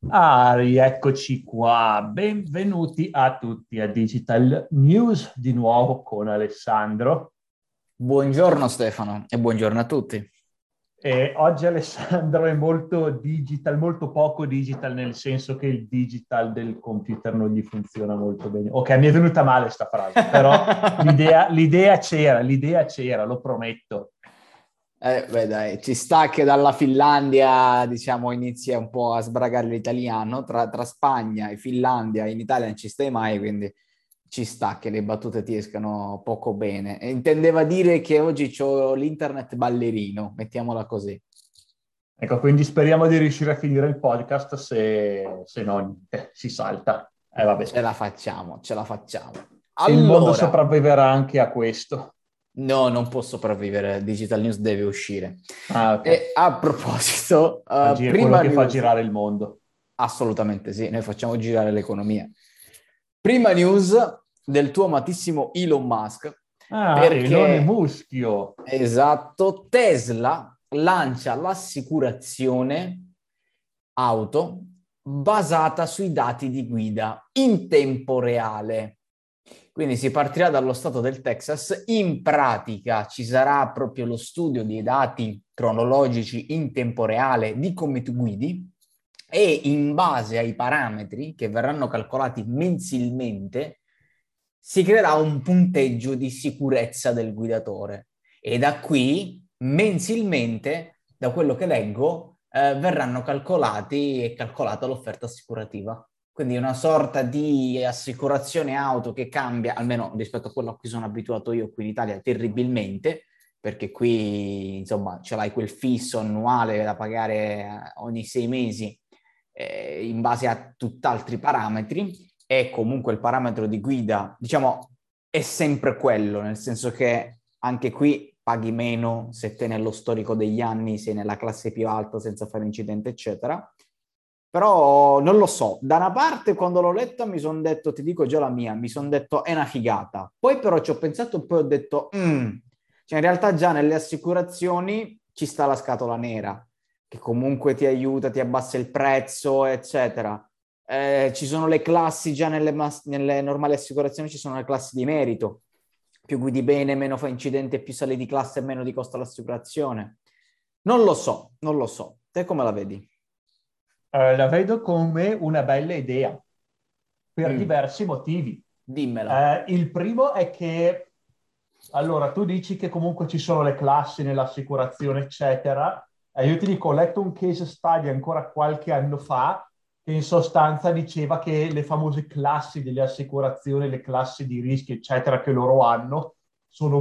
Rieccoci qua, benvenuti a tutti a Digital News di nuovo con Alessandro. Buongiorno Stefano e buongiorno a tutti. E oggi Alessandro è molto digital, molto poco digital, nel senso che il digital del computer non gli funziona molto bene. Ok, mi è venuta male sta frase, però l'idea c'era, lo prometto. Beh, dai, ci sta che dalla Finlandia, diciamo, inizia un po' a sbragare l'italiano, tra Spagna e Finlandia, in Italia non ci stai mai, quindi ci sta che le battute ti escano poco bene. E intendeva dire che oggi c'ho l'internet ballerino, mettiamola così. Ecco, quindi speriamo di riuscire a finire il podcast, se no si salta. Vabbè. Ce la facciamo, ce la facciamo. Il mondo Allora, sopravviverà anche a questo. no, non può sopravvivere, Digital News deve uscire. Ok. E a proposito, Quello prima che fa news. girare il mondo. Assolutamente sì, noi facciamo girare l'economia. Prima news del tuo amatissimo Elon Musk, Elone perché Muschio. esatto, Tesla lancia l'assicurazione auto basata sui dati di guida in tempo reale. Quindi si partirà dallo stato del Texas, in pratica ci sarà proprio lo studio dei dati cronologici in tempo reale di come tu guidi e in base ai parametri che verranno calcolati mensilmente si creerà un punteggio di sicurezza del guidatore e da qui mensilmente, da quello che leggo, verranno calcolati e calcolata l'offerta assicurativa. Quindi una sorta di assicurazione auto che cambia, almeno rispetto a quello a cui sono abituato io qui in Italia, terribilmente, perché qui insomma ce l'hai quel fisso annuale da pagare ogni 6 mesi in base a tutt'altri parametri e comunque il parametro di guida, diciamo, è sempre quello, nel senso che anche qui paghi meno se te nello storico degli anni sei nella classe più alta senza fare incidente, eccetera. Però non lo so, da una parte quando l'ho letta mi sono detto, ti dico già la mia, mi sono detto è una figata. Poi però ci ho pensato e poi ho detto, cioè in realtà già nelle assicurazioni ci sta la scatola nera, che comunque ti aiuta, ti abbassa il prezzo, eccetera. Ci sono le classi già nelle normali assicurazioni, ci sono le classi di merito. Più guidi bene, meno fai incidente, più sali di classe, meno ti costa l'assicurazione. Non lo so, non lo so. Te come la vedi? La vedo come una bella idea per Mm, diversi motivi. dimmela. Il primo è che, allora, tu dici che comunque ci sono le classi nell'assicurazione, eccetera. Io ti dico, ho letto un case study ancora qualche anno fa che in sostanza diceva che le famose classi delle assicurazioni, le classi di rischi, eccetera, che loro hanno, sono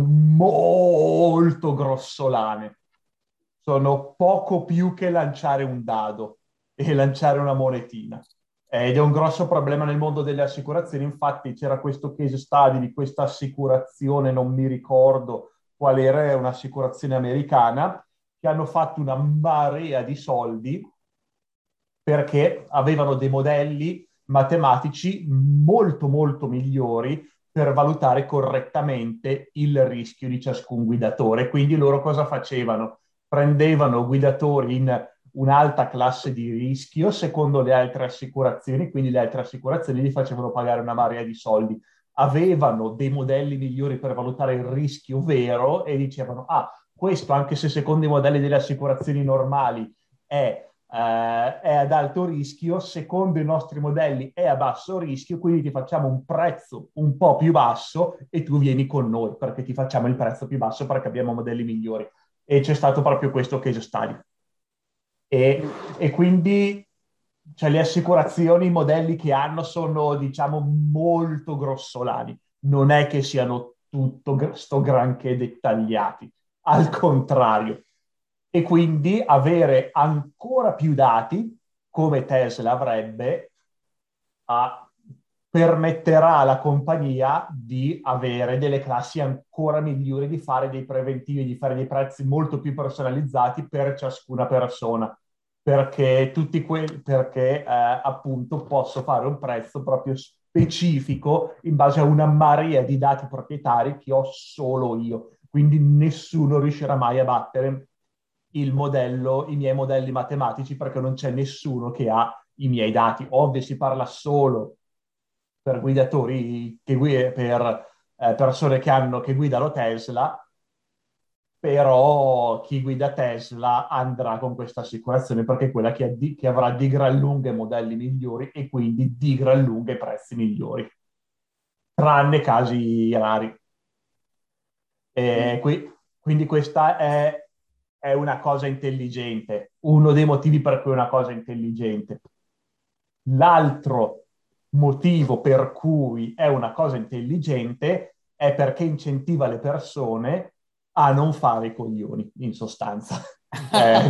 molto grossolane. Sono poco più che lanciare un dado e lanciare una monetina. Ed è un grosso problema nel mondo delle assicurazioni. Infatti c'era questo case study di questa assicurazione, non mi ricordo qual era, un'assicurazione americana, che hanno fatto una marea di soldi perché avevano dei modelli matematici molto, molto migliori per valutare correttamente il rischio di ciascun guidatore. Quindi loro cosa facevano? Prendevano guidatori in un'alta classe di rischio secondo le altre assicurazioni, quindi le altre assicurazioni gli facevano pagare una marea di soldi. Avevano dei modelli migliori per valutare il rischio vero e dicevano, questo anche se secondo i modelli delle assicurazioni normali è ad alto rischio, secondo i nostri modelli è a basso rischio, quindi ti facciamo un prezzo un po' più basso e tu vieni con noi perché ti facciamo il prezzo più basso perché abbiamo modelli migliori. E c'è stato proprio questo case study. E quindi cioè, le assicurazioni, i modelli che hanno sono, diciamo, molto grossolani. Non è che siano tutto sto granché dettagliati, al contrario. E quindi avere ancora più dati, come Tesla avrebbe, a- permetterà alla compagnia di avere delle classi ancora migliori, di fare dei preventivi, di fare dei prezzi molto più personalizzati per ciascuna persona, perché appunto posso fare un prezzo proprio specifico in base a una marea di dati proprietari che ho solo io. Quindi nessuno riuscirà mai a battere i miei modelli matematici perché non c'è nessuno che ha i miei dati. Ovvio, si parla solo per guidatori, per persone che guidano Tesla, però chi guida Tesla andrà con questa assicurazione perché è quella che avrà di gran lunga i modelli migliori e quindi di gran lunga i prezzi migliori, tranne casi rari. Mm. Quindi questa è una cosa intelligente, uno dei motivi per cui è una cosa intelligente. L'altro motivo per cui è una cosa intelligente è perché incentiva le persone a non fare i coglioni, in sostanza. Eh,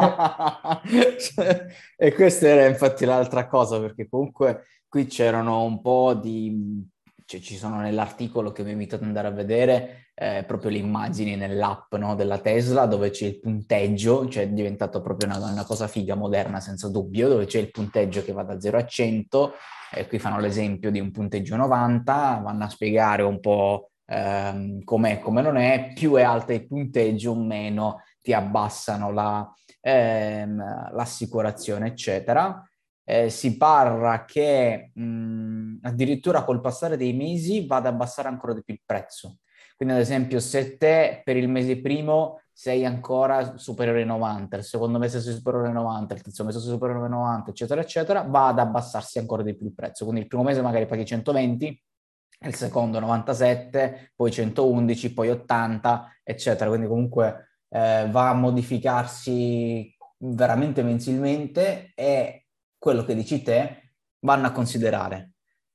E questa era infatti l'altra cosa, perché comunque qui c'erano un po' di... cioè, ci sono nell'articolo che vi invito ad andare a vedere proprio le immagini nell'app, no, della Tesla, dove c'è il punteggio, cioè è diventato proprio una cosa figa, moderna, senza dubbio, dove c'è il punteggio che va da 0 a 100, qui fanno l'esempio di un punteggio 90, vanno a spiegare un po' com'è, come non è, più è alto il punteggio, meno ti abbassano l'assicurazione, eccetera. Si parla che addirittura col passare dei mesi vada ad abbassare ancora di più il prezzo. Quindi, ad esempio, se te per il mese primo sei ancora superiore ai 90, il secondo mese sei superiore ai 90, il terzo mese sei superiore ai 90, eccetera, eccetera, va ad abbassarsi ancora di più il prezzo. Quindi il primo mese magari paghi 120, il secondo 97, poi 111, poi 80, eccetera. Quindi comunque va a modificarsi veramente mensilmente e quello che dici te vanno a considerare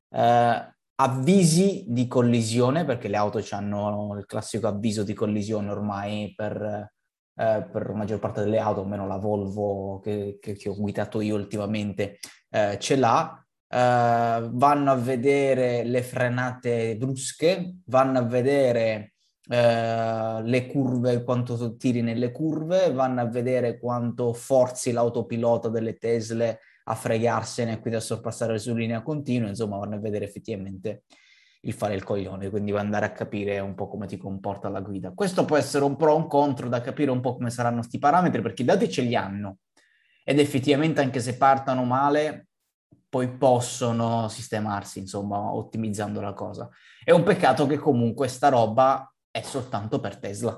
avvisi di collisione, perché le auto hanno il classico avviso di collisione ormai per la maggior parte delle auto, almeno la Volvo che ho guidato io ultimamente ce l'ha. Vanno a vedere le frenate brusche, vanno a vedere le curve, quanto tiri nelle curve, vanno a vedere quanto forzi l'autopilota delle Tesle a fregarsene e quindi a sorpassare su linea continua, insomma vanno a vedere effettivamente il fare il coglione, quindi va ad andare a capire un po' come ti comporta la guida. Questo può essere un pro o un contro, da capire un po' come saranno sti parametri, perché i dati ce li hanno ed effettivamente anche se partano male poi possono sistemarsi, insomma, ottimizzando la cosa. È un peccato che comunque sta roba è soltanto per Tesla.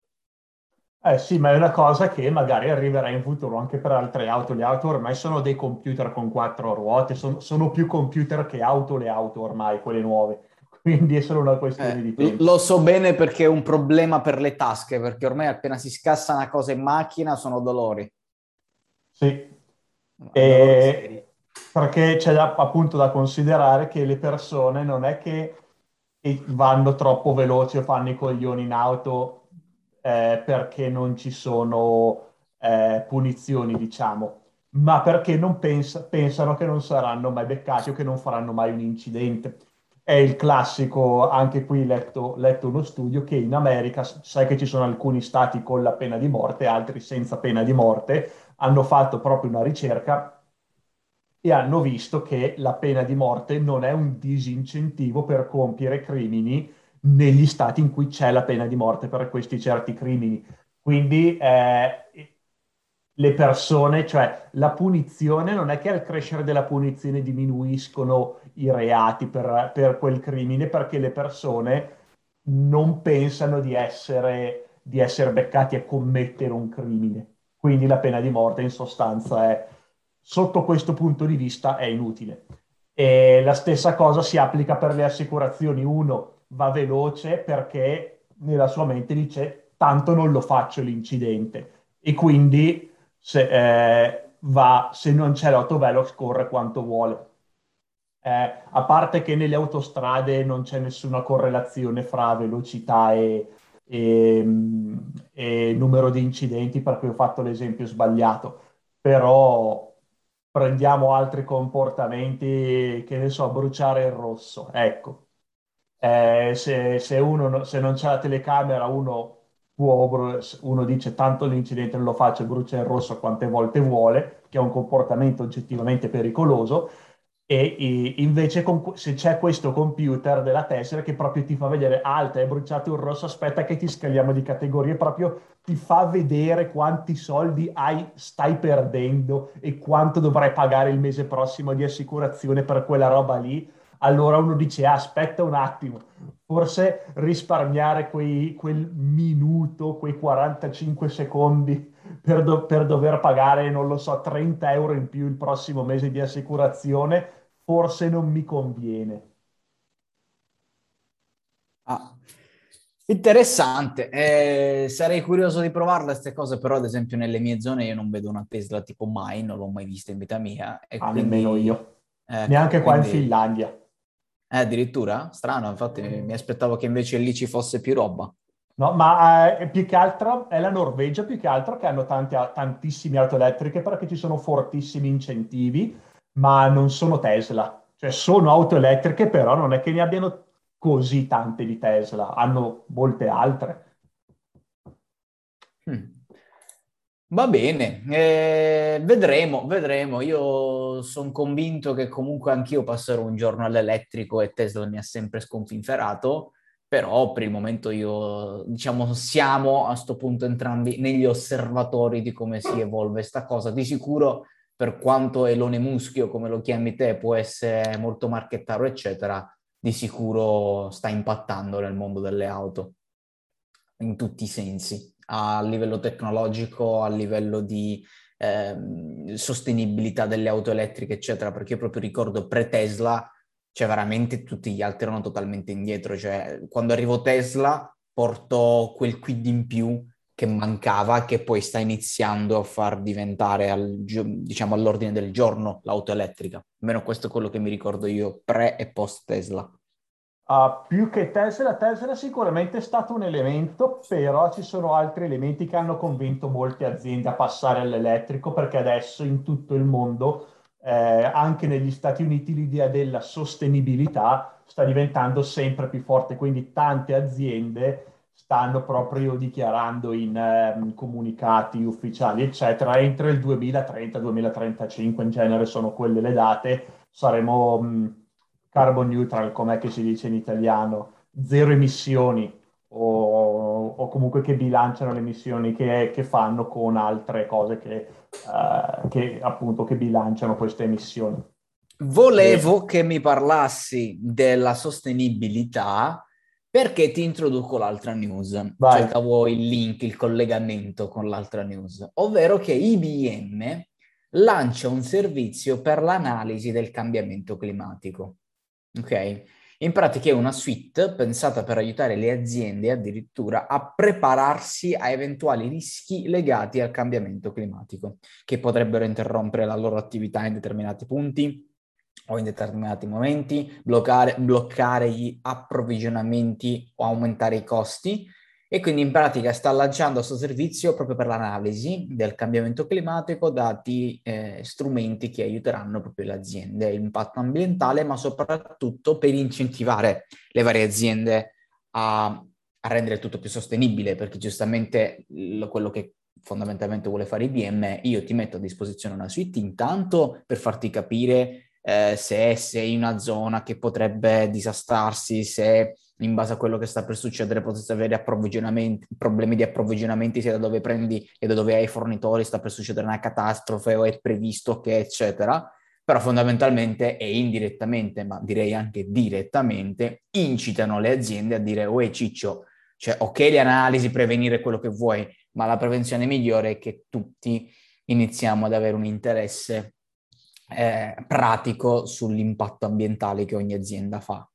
sì, ma è una cosa che magari arriverà in futuro anche per altre auto. Le auto ormai sono dei computer con quattro ruote, sono più computer che auto le auto ormai, quelle nuove. Quindi è solo una questione di tempo. Lo so bene perché è un problema per le tasche, perché ormai appena si scassa una cosa in macchina sono dolori, Sì. dolori seri. Perché c'è appunto da considerare che le persone non è che vanno troppo veloci o fanno i coglioni in auto perché non ci sono punizioni, diciamo, ma perché non pensano che non saranno mai beccati o che non faranno mai un incidente. È il classico, anche qui letto uno studio che in America, sai che ci sono alcuni stati con la pena di morte, altri senza pena di morte, hanno fatto proprio una ricerca e hanno visto che la pena di morte non è un disincentivo per compiere crimini negli stati in cui c'è la pena di morte per questi certi crimini. Quindi le persone, cioè la punizione, non è che al crescere della punizione diminuiscono i reati per quel crimine, perché le persone non pensano di essere beccati a commettere un crimine. Quindi la pena di morte in sostanza è, sotto questo punto di vista, è inutile. E la stessa cosa si applica per le assicurazioni. Uno va veloce perché nella sua mente dice tanto non lo faccio l'incidente e quindi se non c'è l'autovelox corre quanto vuole. A parte che nelle autostrade non c'è nessuna correlazione fra velocità e numero di incidenti, per cui ho fatto l'esempio sbagliato. Però prendiamo altri comportamenti, che ne so, bruciare il rosso. Ecco, se non c'è la telecamera, uno dice tanto l'incidente non lo faccio, brucia il rosso quante volte vuole, che è un comportamento oggettivamente pericoloso, Invece se c'è questo computer della Tesla che proprio ti fa vedere, alta, hai bruciato un rosso, aspetta che ti scaliamo di categorie, proprio ti fa vedere quanti soldi stai perdendo e quanto dovrai pagare il mese prossimo di assicurazione per quella roba lì. Allora uno dice, aspetta un attimo, forse risparmiare quel minuto, quei 45 secondi per dover pagare, non lo so, 30 euro in più il prossimo mese di assicurazione, forse non mi conviene. Ah, interessante. Sarei curioso di provarle queste cose, però ad esempio nelle mie zone io non vedo una Tesla tipo mai, non l'ho mai vista in vita mia e Ah, nemmeno quindi, io. ecco, Neanche qua in quindi Finlandia. addirittura strano, infatti mi aspettavo che invece lì ci fosse più roba. No, ma più che altro è la Norvegia, più che altro che hanno tantissime auto elettriche perché ci sono fortissimi incentivi, ma non sono Tesla. Cioè sono auto elettriche, però non è che ne abbiano così tante di Tesla, hanno molte altre. Mm. Va bene, vedremo, vedremo. Io sono convinto che comunque anch'io passerò un giorno all'elettrico e Tesla mi ha sempre sconfinferato, però per il momento io, diciamo, siamo a sto punto entrambi negli osservatori di come si evolve sta cosa. Di sicuro, per quanto Elone Muschio, come lo chiami te, può essere molto marchettaro, eccetera, di sicuro sta impattando nel mondo delle auto in tutti i sensi, a livello tecnologico, a livello di sostenibilità delle auto elettriche, eccetera, perché io proprio ricordo pre-Tesla, cioè veramente tutti gli altri erano totalmente indietro, cioè quando arrivò Tesla portò quel quid in più che mancava, che poi sta iniziando a far diventare, diciamo, all'ordine del giorno l'auto elettrica. Almeno questo è quello che mi ricordo io pre e post Tesla. Più che Tesla, Tesla sicuramente è stato un elemento, però ci sono altri elementi che hanno convinto molte aziende a passare all'elettrico, perché adesso in tutto il mondo, anche negli Stati Uniti, l'idea della sostenibilità sta diventando sempre più forte, quindi tante aziende stanno proprio dichiarando in comunicati ufficiali, eccetera, entro il 2030-2035, in genere sono quelle le date, saremo carbon neutral, com'è che si dice in italiano, zero emissioni o comunque che bilanciano le emissioni che fanno con altre cose che appunto che bilanciano queste emissioni. E Volevo che mi parlassi della sostenibilità perché ti introduco l'altra news. vai. Cercavo il link, il collegamento con l'altra news, ovvero che IBM lancia un servizio per l'analisi del cambiamento climatico. Ok? In pratica è una suite pensata per aiutare le aziende addirittura a prepararsi a eventuali rischi legati al cambiamento climatico, che potrebbero interrompere la loro attività in determinati punti o in determinati momenti, bloccare gli approvvigionamenti o aumentare i costi. E quindi in pratica sta lanciando questo servizio proprio per l'analisi del cambiamento climatico, dati strumenti che aiuteranno proprio le aziende, l'impatto ambientale, ma soprattutto per incentivare le varie aziende a rendere tutto più sostenibile, perché giustamente quello che fondamentalmente vuole fare IBM è io ti metto a disposizione una suite intanto per farti capire se sei in una zona che potrebbe disastrarsi, se in base a quello che sta per succedere potresti avere problemi di approvvigionamenti sia da dove prendi e da dove hai i fornitori, sta per succedere una catastrofe o è previsto che, eccetera. Però fondamentalmente e indirettamente, ma direi anche direttamente, incitano le aziende a dire, uè ciccio, cioè ok le analisi, prevenire quello che vuoi, ma la prevenzione migliore è che tutti iniziamo ad avere un interesse pratico sull'impatto ambientale che ogni azienda fa.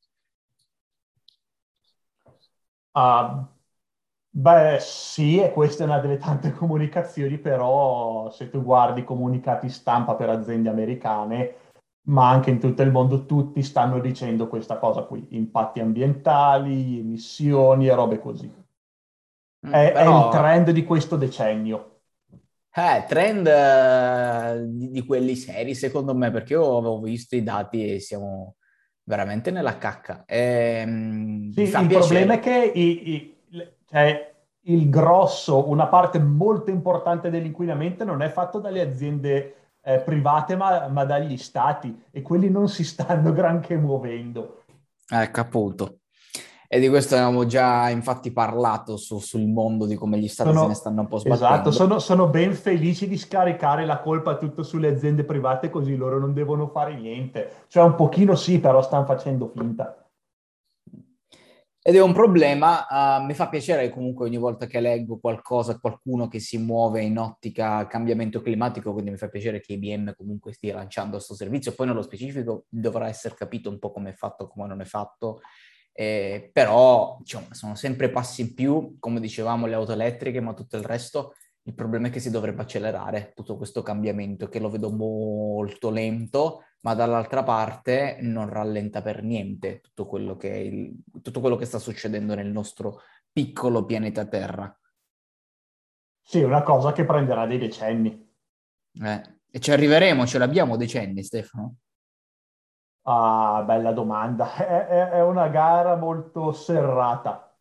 Ah, beh, sì, e questa è una delle tante comunicazioni, però se tu guardi comunicati stampa per aziende americane, ma anche in tutto il mondo, tutti stanno dicendo questa cosa qui, impatti ambientali, emissioni e robe così. È il Però, trend di questo decennio. trend di quelli seri, secondo me, perché io avevo visto i dati e siamo veramente nella cacca. Sì, Mi fa il problema è piacere. che cioè, il grosso, una parte molto importante dell'inquinamento non è fatto dalle aziende private ma dagli stati, e quelli non si stanno granché muovendo. Ecco, appunto. E di questo avevamo già infatti parlato sul mondo di come gli stati se ne Sono, stanno un po' esatto, sbattendo. sono ben felici di scaricare la colpa tutto sulle aziende private, così loro non devono fare niente. Cioè un pochino sì, però stanno facendo finta. Ed è un problema, mi fa piacere comunque ogni volta che leggo qualcosa, qualcuno che si muove in ottica cambiamento climatico, quindi mi fa piacere che IBM comunque stia lanciando questo servizio. Poi nello specifico dovrà essere capito un po' come è fatto, come non è fatto, però diciamo, sono sempre passi in più, come dicevamo le auto elettriche, ma tutto il resto, il problema è che si dovrebbe accelerare tutto questo cambiamento, che lo vedo molto lento, ma dall'altra parte non rallenta per niente tutto quello che sta succedendo nel nostro piccolo pianeta Terra. Sì, è una cosa che prenderà dei decenni. E ci arriveremo, ce l'abbiamo decenni, Stefano. Ah, bella domanda. È una gara molto serrata.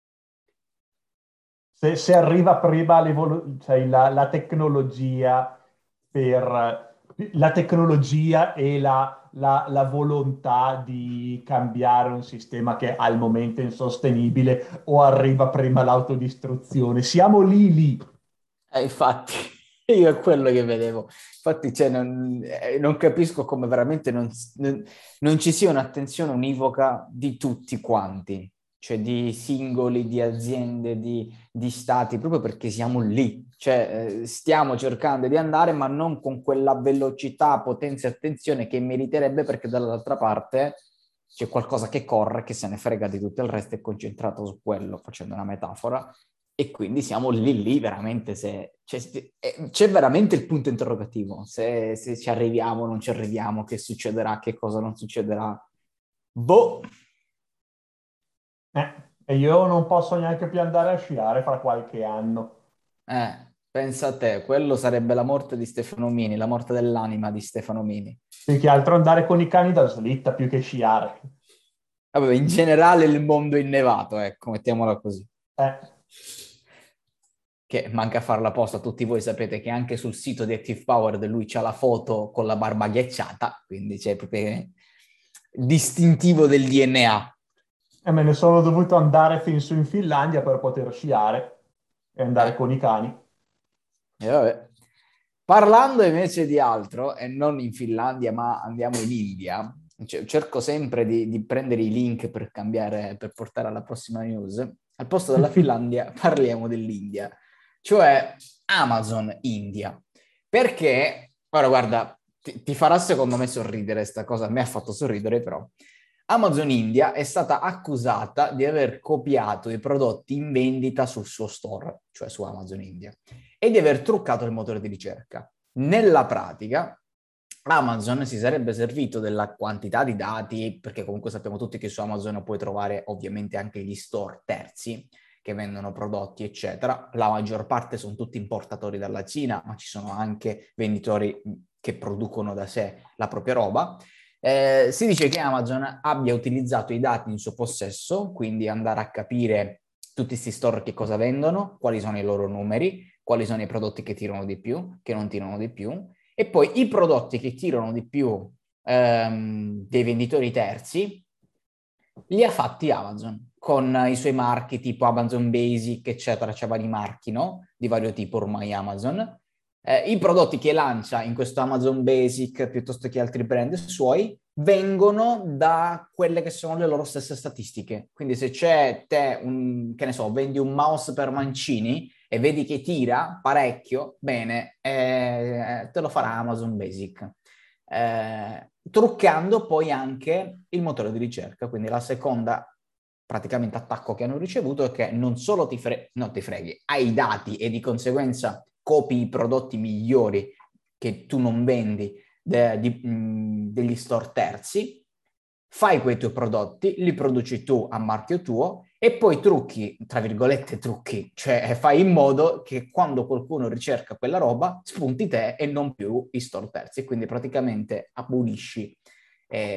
Se arriva prima cioè la tecnologia la tecnologia e la volontà di cambiare un sistema che al momento è insostenibile, o arriva prima l'autodistruzione. Siamo lì. Infatti, io è quello che vedevo. Infatti, cioè, non capisco come veramente non ci sia un'attenzione univoca di tutti quanti, cioè di singoli, di aziende, di stati, proprio perché siamo lì. Cioè, stiamo cercando di andare, ma non con quella velocità, potenza e attenzione che meriterebbe, perché dall'altra parte c'è qualcosa che corre, che se ne frega di tutto il resto, è concentrato su quello, facendo una metafora, e quindi siamo lì veramente, c'è veramente il punto interrogativo, se ci arriviamo, non ci arriviamo, che succederà, che cosa non succederà. Boh, E io non posso neanche più andare a sciare fra qualche anno. pensa a te, quello sarebbe la morte di Stefano Mini, la morte dell'anima di Stefano Mini. Più che altro andare con i cani da slitta più che sciare. Vabbè, in generale il mondo innevato, ecco, mettiamola così. Eh, Che manca a farla apposta, tutti voi sapete che anche sul sito di Active Power lui c'ha la foto con la barba ghiacciata, quindi c'è proprio distintivo del DNA. e me ne sono dovuto andare fin su in Finlandia per poter sciare e andare Eh, con i cani. vabbè. Parlando invece di altro, e non in Finlandia, ma andiamo in India, cerco sempre di prendere i link per cambiare, per portare alla prossima news. Al posto della Finlandia parliamo dell'India, cioè Amazon India. Perché, ora guarda, ti farà secondo me sorridere sta cosa, a me ha fatto sorridere però. Amazon India è stata accusata di aver copiato i prodotti in vendita sul suo store, cioè su Amazon India, e di aver truccato il motore di ricerca. Nella pratica, Amazon si sarebbe servito della quantità di dati, perché comunque sappiamo tutti che su Amazon puoi trovare ovviamente anche gli store terzi che vendono prodotti, eccetera. La maggior parte sono tutti importatori dalla Cina, ma ci sono anche venditori che producono da sé la propria roba. Si dice che Amazon abbia utilizzato i dati in suo possesso, quindi andare a capire tutti questi store che cosa vendono, quali sono i loro numeri, quali sono i prodotti che tirano di più, che non tirano di più, e poi i prodotti che tirano di più dei venditori terzi li ha fatti Amazon con i suoi marchi tipo Amazon Basic, eccetera, c'è vari marchi, no? Di vario tipo ormai Amazon. I prodotti che lancia in questo Amazon Basic piuttosto che altri brand suoi vengono da quelle che sono le loro stesse statistiche. Quindi se c'è te, che ne so, vendi un mouse per mancini e vedi che tira parecchio, bene, te lo farà Amazon Basic. Truccando poi anche il motore di ricerca. Quindi la seconda praticamente attacco che hanno ricevuto è che non solo non ti freghi, hai i dati e di conseguenza copi i prodotti migliori che tu non vendi degli store terzi, fai quei tuoi prodotti, li produci tu a marchio tuo e poi trucchi, tra virgolette trucchi, cioè fai in modo che quando qualcuno ricerca quella roba spunti te e non più i store terzi, e quindi praticamente abolisci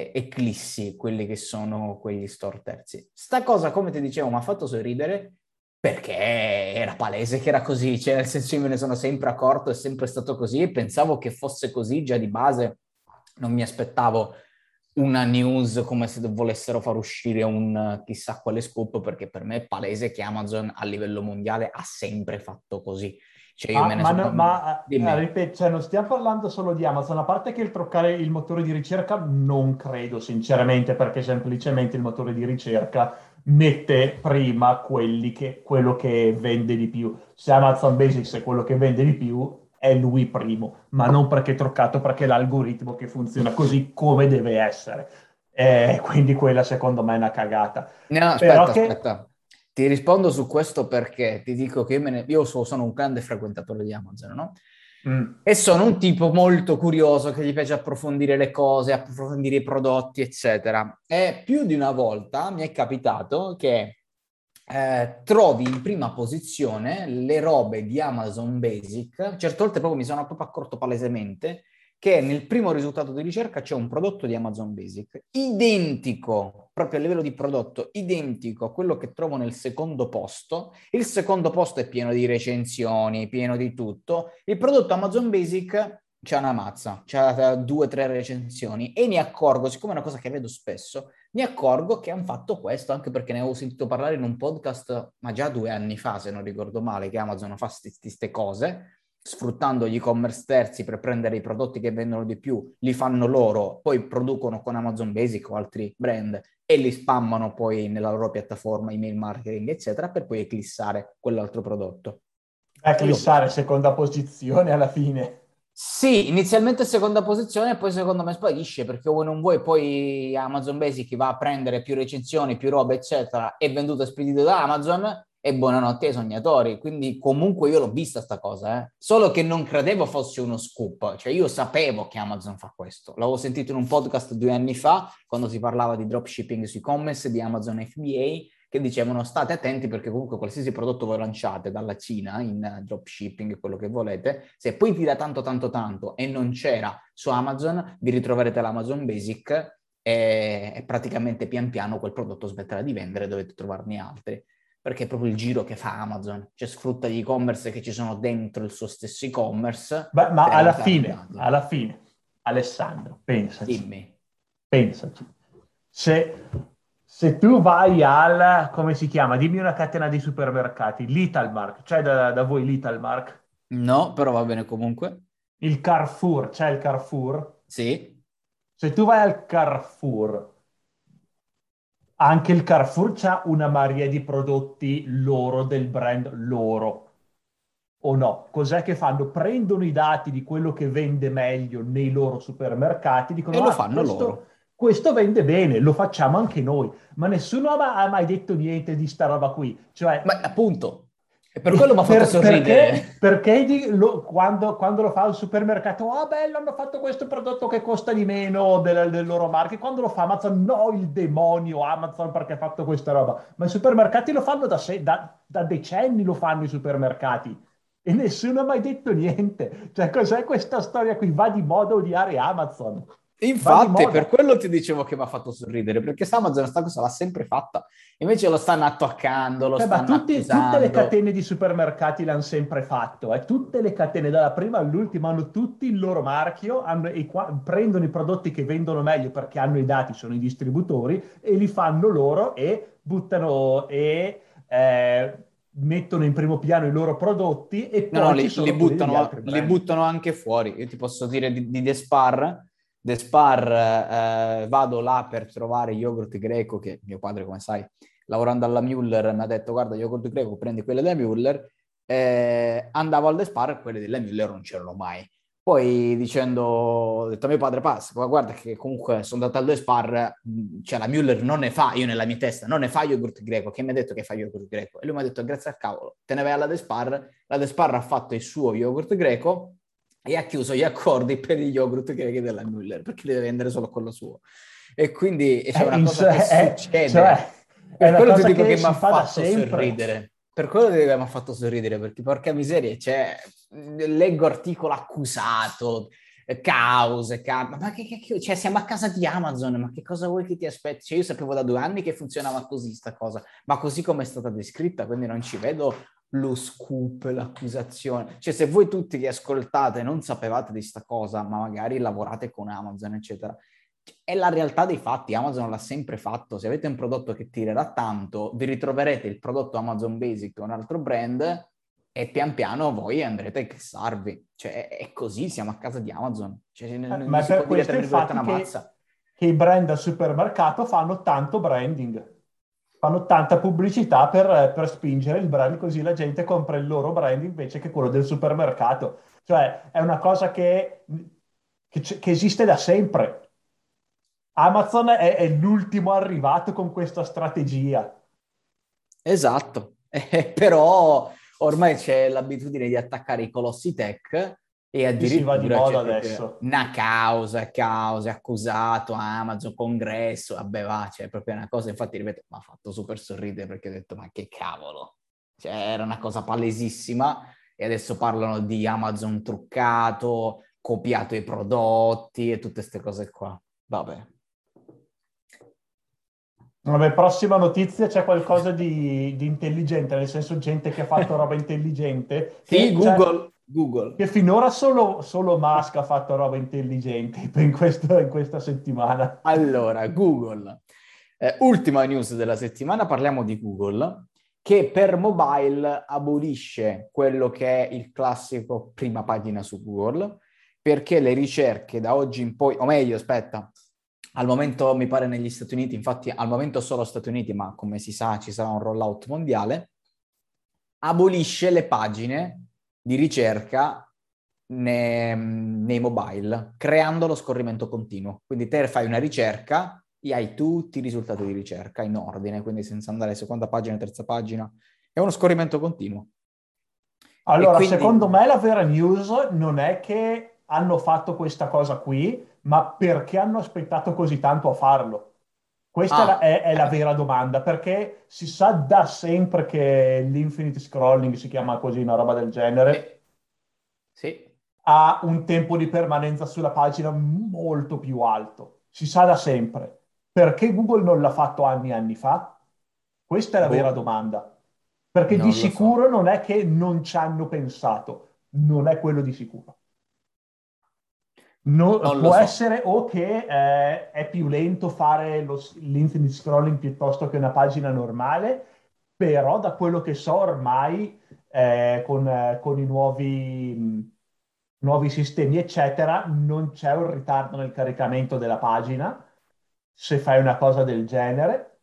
eclissi quelli che sono quegli store terzi. Sta cosa, come ti dicevo, mi ha fatto sorridere Perché era palese che era così, cioè nel senso io me ne sono sempre accorto, è sempre stato così e pensavo che fosse così già di base, non mi aspettavo una news come se volessero far uscire un chissà quale scoop, perché per me è palese che Amazon a livello mondiale ha sempre fatto così. Cioè io me ne sono... Dimmi. Ripeto, cioè, non stiamo parlando solo di Amazon, a parte che il troccare il motore di ricerca non credo sinceramente, perché semplicemente il motore di ricerca mette prima quello che vende di più. Se Amazon Basics è quello che vende di più, è lui primo, ma non perché è troccato, perché è l'algoritmo che funziona così come deve essere. Quindi quella secondo me è una cagata. No, Però aspetta, che... aspetta. Ti rispondo su questo perché ti dico che sono un grande frequentatore di Amazon, no? Mm. E sono un tipo molto curioso che gli piace approfondire le cose, approfondire i prodotti, eccetera. E più di una volta mi è capitato che trovi in prima posizione le robe di Amazon Basic. Certe volte proprio mi sono proprio accorto palesemente che nel primo risultato di ricerca c'è un prodotto di Amazon Basic identico, proprio a livello di prodotto, identico a quello che trovo nel secondo posto. Il secondo posto è pieno di recensioni, pieno di tutto. Il prodotto Amazon Basic c'è una mazza, c'ha 2 o 3 recensioni e mi accorgo, siccome è una cosa che vedo spesso, mi accorgo che hanno fatto questo, anche perché ne avevo sentito parlare in un podcast, ma già 2 anni fa, se non ricordo male, che Amazon fa queste cose, sfruttando gli e-commerce terzi per prendere i prodotti che vendono di più, li fanno loro, poi producono con Amazon Basic o altri brand e li spammano poi nella loro piattaforma, email marketing, eccetera, per poi eclissare quell'altro prodotto. E io ho Eclissare visto. seconda posizione alla fine. Sì, inizialmente seconda posizione, poi secondo me sparisce perché vuoi non vuoi, poi Amazon Basic va a prendere più recensioni, più roba, eccetera, è venduto e spedito da Amazon e buonanotte ai sognatori. Quindi comunque io l'ho vista sta cosa, eh. Solo che non credevo fosse uno scoop, cioè io sapevo che Amazon fa questo. L'avevo sentito in un podcast 2 anni fa, quando si parlava di dropshipping su e-commerce, di Amazon FBA, che dicevano state attenti perché comunque qualsiasi prodotto voi lanciate dalla Cina in dropshipping, quello che volete, se poi ti dà tanto tanto tanto e non c'era su Amazon, vi ritroverete l'Amazon Basic e praticamente pian piano quel prodotto smetterà di vendere, dovete trovarne altri. Perché è proprio il giro che fa Amazon, cioè sfrutta gli e-commerce che ci sono dentro il suo stesso e-commerce Beh, ma per target. alla fine, Alessandro, pensaci, Dimmi. pensaci. Se, se tu vai al, come si chiama? Dimmi una catena di supermercati, l'Italmark, c'è da voi l'Italmark? No, però va bene comunque. Il Carrefour, c'è il Carrefour? Sì. Se tu vai al Carrefour, anche il Carrefour c'ha una marea di prodotti loro, del brand loro. O no? Cos'è che fanno? Prendono i dati di quello che vende meglio nei loro supermercati, E dicono, lo ah, fanno questo, loro. questo vende bene, lo facciamo anche noi. Ma nessuno ha mai detto niente di sta roba qui. Cioè, Ma appunto, e per quello mi ha fatto sorridere. quando lo fa al supermercato, oh bello, hanno fatto questo prodotto che costa di meno del loro marchio. Quando lo fa Amazon, no, il demonio Amazon perché ha fatto questa roba. Ma i supermercati lo fanno da decenni, lo fanno i supermercati. E nessuno ha mai detto niente. Cioè, cos'è questa storia qui? Va di moda odiare Amazon. Va di Infatti, per moda. quello ti dicevo che mi ha fatto sorridere, perché Amazon sta cosa l'ha sempre fatta. Invece lo stanno attaccando, lo Ma stanno tutte le accusando. catene di supermercati l'hanno sempre fatto, tutte le catene, dalla prima all'ultima, hanno tutti il loro marchio, prendono i prodotti che vendono meglio perché hanno i dati, sono i distributori, e li fanno loro e buttano mettono in primo piano i loro prodotti e No, no, poi ci li sono quelli degli altri li brand. buttano anche fuori. Io ti posso dire di Despar. Despar, vado là per trovare yogurt greco, che mio padre, come sai, lavorando alla Müller, mi ha detto, guarda, yogurt greco, prendi quelle della Müller. Andavo al Despar e quelle della Müller non c'erano mai. Poi dicendo, ho detto a mio padre, passa, guarda che comunque sono andato al Despar, cioè la Müller non ne fa, io nella mia testa, non ne fa yogurt greco, che mi ha detto che fa yogurt greco? E lui mi ha detto, grazie al cavolo, te ne vai alla Despar, la Despar ha fatto il suo yogurt greco e ha chiuso gli accordi per gli yogurt grechi della Müller, perché li deve vendere solo quello suo. E quindi c'è una cosa che succede. È Per una quello ti cosa dico che che mi ha si fa da fatto sempre. sorridere. Per quello ti dico che mi ha fatto sorridere, perché porca miseria, leggo articolo accusato, Ma cioè, siamo a casa di Amazon, ma che cosa vuoi che ti aspetti? Cioè, io sapevo da 2 anni che funzionava così sta cosa, ma così come è stata descritta, quindi non ci vedo lo scoop, l'accusazione. Cioè, se voi tutti che ascoltate non sapevate di sta cosa, ma magari lavorate con Amazon, eccetera, è la realtà dei fatti. Amazon l'ha sempre fatto. Se avete un prodotto che tirerà tanto, vi ritroverete il prodotto Amazon Basic o un altro brand e pian piano voi andrete a incassarvi. Cioè, è così, siamo a casa di Amazon. Cioè, Ma non è si può per dire, questo tra virgolette, infatti una mazza. che i brand al supermercato fanno tanto branding, fanno tanta pubblicità per spingere il brand, così la gente compra il loro brand invece che quello del supermercato. Cioè, è una cosa che esiste da sempre. Amazon è l'ultimo arrivato con questa strategia. Esatto. Però ormai c'è l'abitudine di attaccare i colossi tech e Sì, sì, va di addirittura moda c'è proprio adesso. una causa, accusato Amazon, congresso, vabbè va, c'è proprio una cosa, infatti ripeto, mi ha fatto super sorridere perché ho detto ma che cavolo, cioè era una cosa palesissima e adesso parlano di Amazon truccato, copiato i prodotti e tutte queste cose qua, vabbè. Vabbè, prossima notizia, c'è qualcosa di intelligente, nel senso gente che ha fatto roba intelligente, Sì, cioè, Google. che finora solo Musk ha fatto roba intelligente in questa settimana. Allora, Google. Ultima news della settimana, parliamo di Google, che per mobile abolisce quello che è il classico prima pagina su Google, perché le ricerche da oggi in poi, o meglio, aspetta, al momento mi pare negli Stati Uniti, infatti al momento solo Stati Uniti, ma come si sa ci sarà un rollout mondiale, abolisce le pagine di ricerca nei mobile, creando lo scorrimento continuo. Quindi te fai una ricerca e hai tutti i risultati di ricerca in ordine, quindi senza andare seconda pagina, terza pagina. È uno scorrimento continuo. E Allora, secondo quindi... me la vera news non è che hanno fatto questa cosa qui, ma perché hanno aspettato così tanto a farlo. Questa Ah, è la ok. vera domanda, perché si sa da sempre che l'infinite scrolling, si chiama così, una roba del Sì, genere, sì. ha un tempo di permanenza sulla pagina molto più alto. Si sa da sempre. Perché Google non l'ha fatto anni e anni fa? Questa è la vera Boh, domanda. Perché di non lo so. sicuro non è che non ci hanno pensato, non è quello di sicuro. Non lo Può so. essere o che è più lento fare l'infinite scrolling piuttosto che una pagina normale, però da quello che so ormai con i nuovi sistemi, eccetera, non c'è un ritardo nel caricamento della pagina se fai una cosa del genere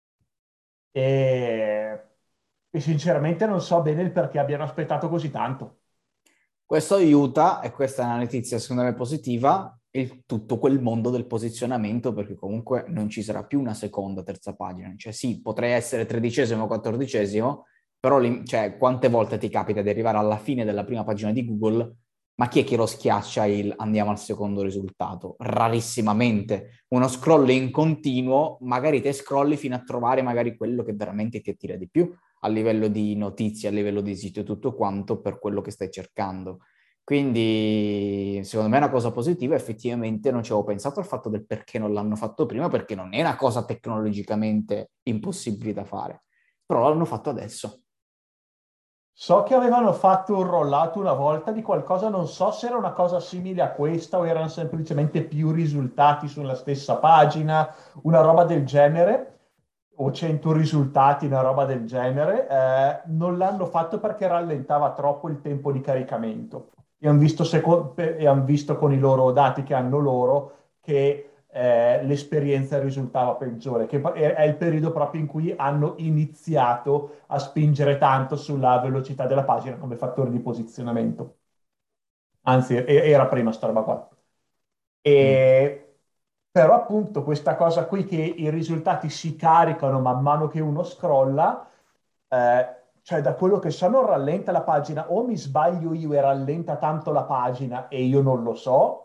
e, e sinceramente non so bene il perché abbiano aspettato così tanto. Questo aiuta, e questa è una notizia secondo me positiva, tutto quel mondo del posizionamento, perché comunque non ci sarà più una seconda, terza pagina. Cioè sì, potrei essere 13° o 14°, però cioè, quante volte ti capita di arrivare alla fine della prima pagina di Google, ma chi è che lo schiaccia il andiamo al secondo risultato? Rarissimamente. Uno scroll in continuo, magari te scrolli fino a trovare magari quello che veramente ti attira di più a livello di notizie, a livello di sito e tutto quanto per quello che stai cercando. Quindi, secondo me è una cosa positiva. Effettivamente non ci avevo pensato al fatto del perché non l'hanno fatto prima, perché non è una cosa tecnologicamente impossibile da fare. Però l'hanno fatto adesso. So che avevano fatto un rollout una volta di qualcosa, non so se era una cosa simile a questa o erano semplicemente più risultati sulla stessa pagina, una roba del genere, o 100 risultati, una roba del genere. Non l'hanno fatto perché rallentava troppo il tempo di caricamento. E han visto con i loro dati che hanno loro che l'esperienza risultava peggiore, che è il periodo proprio in cui hanno iniziato a spingere tanto sulla velocità della pagina come fattore di posizionamento. Anzi, era prima sta roba qua. Mm. E, però appunto questa cosa qui che i risultati si caricano man mano che uno scrolla, cioè da quello che so non rallenta la pagina, o mi sbaglio io e rallenta tanto la pagina e io non lo so,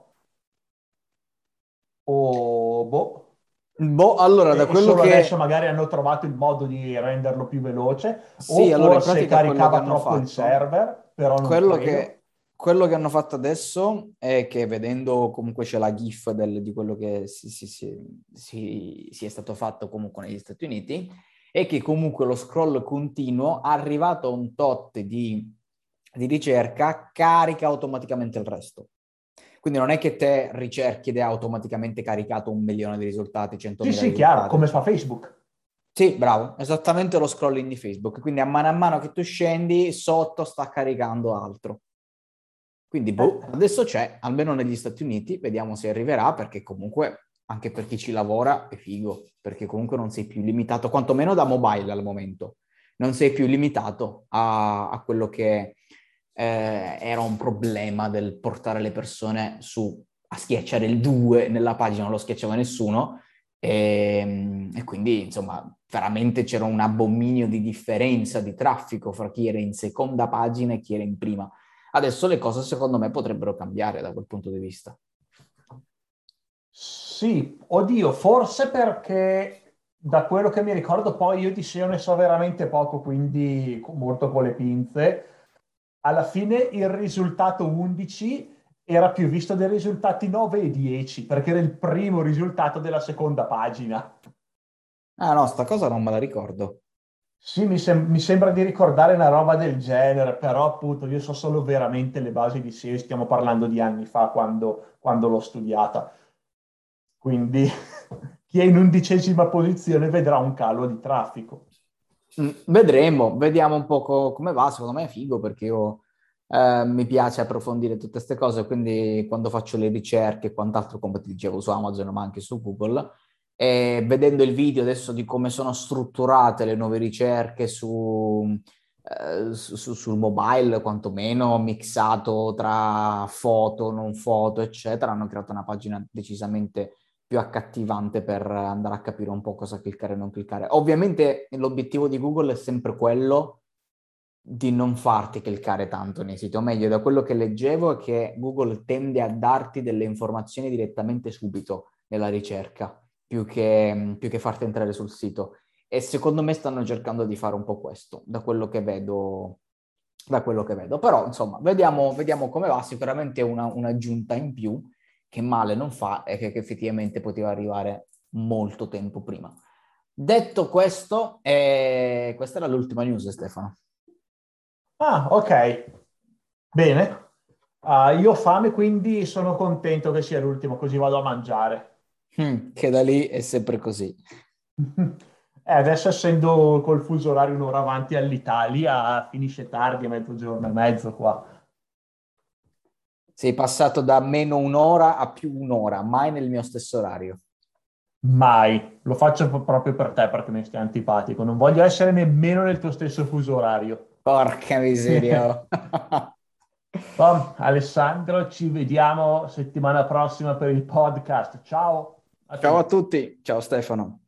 o boh. Boh, allora, da E quello solo adesso che... magari hanno trovato il modo di renderlo più veloce, o Sì, allora in forse pratica quello che caricava hanno troppo il fatto, server, però non quello che, credo. quello che hanno fatto adesso è che, vedendo comunque c'è la GIF di quello che si è stato fatto comunque negli Stati Uniti, è che comunque lo scroll continuo, arrivato a un tot di ricerca, carica automaticamente il resto. Quindi non è che te ricerchi ed è automaticamente caricato 1 milione di risultati, Sì, 100.000 sì, chiaro, risultati, come fa eccetera. Facebook. Sì, bravo, esattamente lo scrolling di Facebook. Quindi a mano che tu scendi, sotto sta caricando altro. Quindi, boh, Eh, adesso c'è, almeno negli Stati Uniti, vediamo se arriverà, perché comunque anche per chi ci lavora è figo, perché comunque non sei più limitato, quantomeno da mobile al momento, non sei più limitato a quello che era un problema del portare le persone a schiacciare il 2 nella pagina, non lo schiacciava nessuno, e quindi, insomma, veramente c'era un abominio di differenza di traffico fra chi era in seconda pagina e chi era in prima. Adesso le cose secondo me potrebbero cambiare da quel punto di vista. Sì, oddio, forse perché da quello che mi ricordo, poi io di SEO ne so veramente poco, quindi molto con le pinze. Alla fine il risultato 11 era più visto dei risultati 9 e 10, perché era il primo risultato della seconda pagina. Ah no, sta cosa non me la ricordo. Sì, mi sembra di ricordare una roba del genere, però appunto io so solo veramente le basi di SEO, stiamo parlando di anni fa quando l'ho studiata. Quindi chi è in 11ª posizione vedrà un calo di traffico. Vedremo, vediamo un po' come va. Secondo me è figo perché io mi piace approfondire tutte queste cose, quindi quando faccio le ricerche e quant'altro, come ti dicevo, su Amazon ma anche su Google, e vedendo il video adesso di come sono strutturate le nuove ricerche sul mobile, quantomeno mixato tra foto, non foto, eccetera, hanno creato una pagina decisamente più accattivante per andare a capire un po' cosa cliccare e non cliccare. Ovviamente l'obiettivo di Google è sempre quello di non farti cliccare tanto nei siti, o meglio, da quello che leggevo è che Google tende a darti delle informazioni direttamente subito nella ricerca, più che farti entrare sul sito. E secondo me stanno cercando di fare un po' questo, da quello che vedo. Da quello che vedo. Però, insomma, vediamo come va. Sicuramente è un'aggiunta in più che male non fa e che effettivamente poteva arrivare molto tempo prima. Detto questo, questa era l'ultima news, Stefano. Ah, ok, bene. Ah, io ho fame, quindi sono contento che sia l'ultimo, così vado a mangiare. Che da lì è sempre così. Adesso essendo col fuso orario un'ora avanti all'Italia, finisce tardi, a mezzogiorno e mezzo qua. Sei passato da meno un'ora a più un'ora, mai nel mio stesso orario. Mai, lo faccio proprio per te perché mi stai antipatico. Non voglio essere nemmeno nel tuo stesso fuso orario. Porca miseria. Bom, Alessandro, ci vediamo settimana prossima per il podcast. Ciao a Ciao a tutti. tutti, ciao Stefano.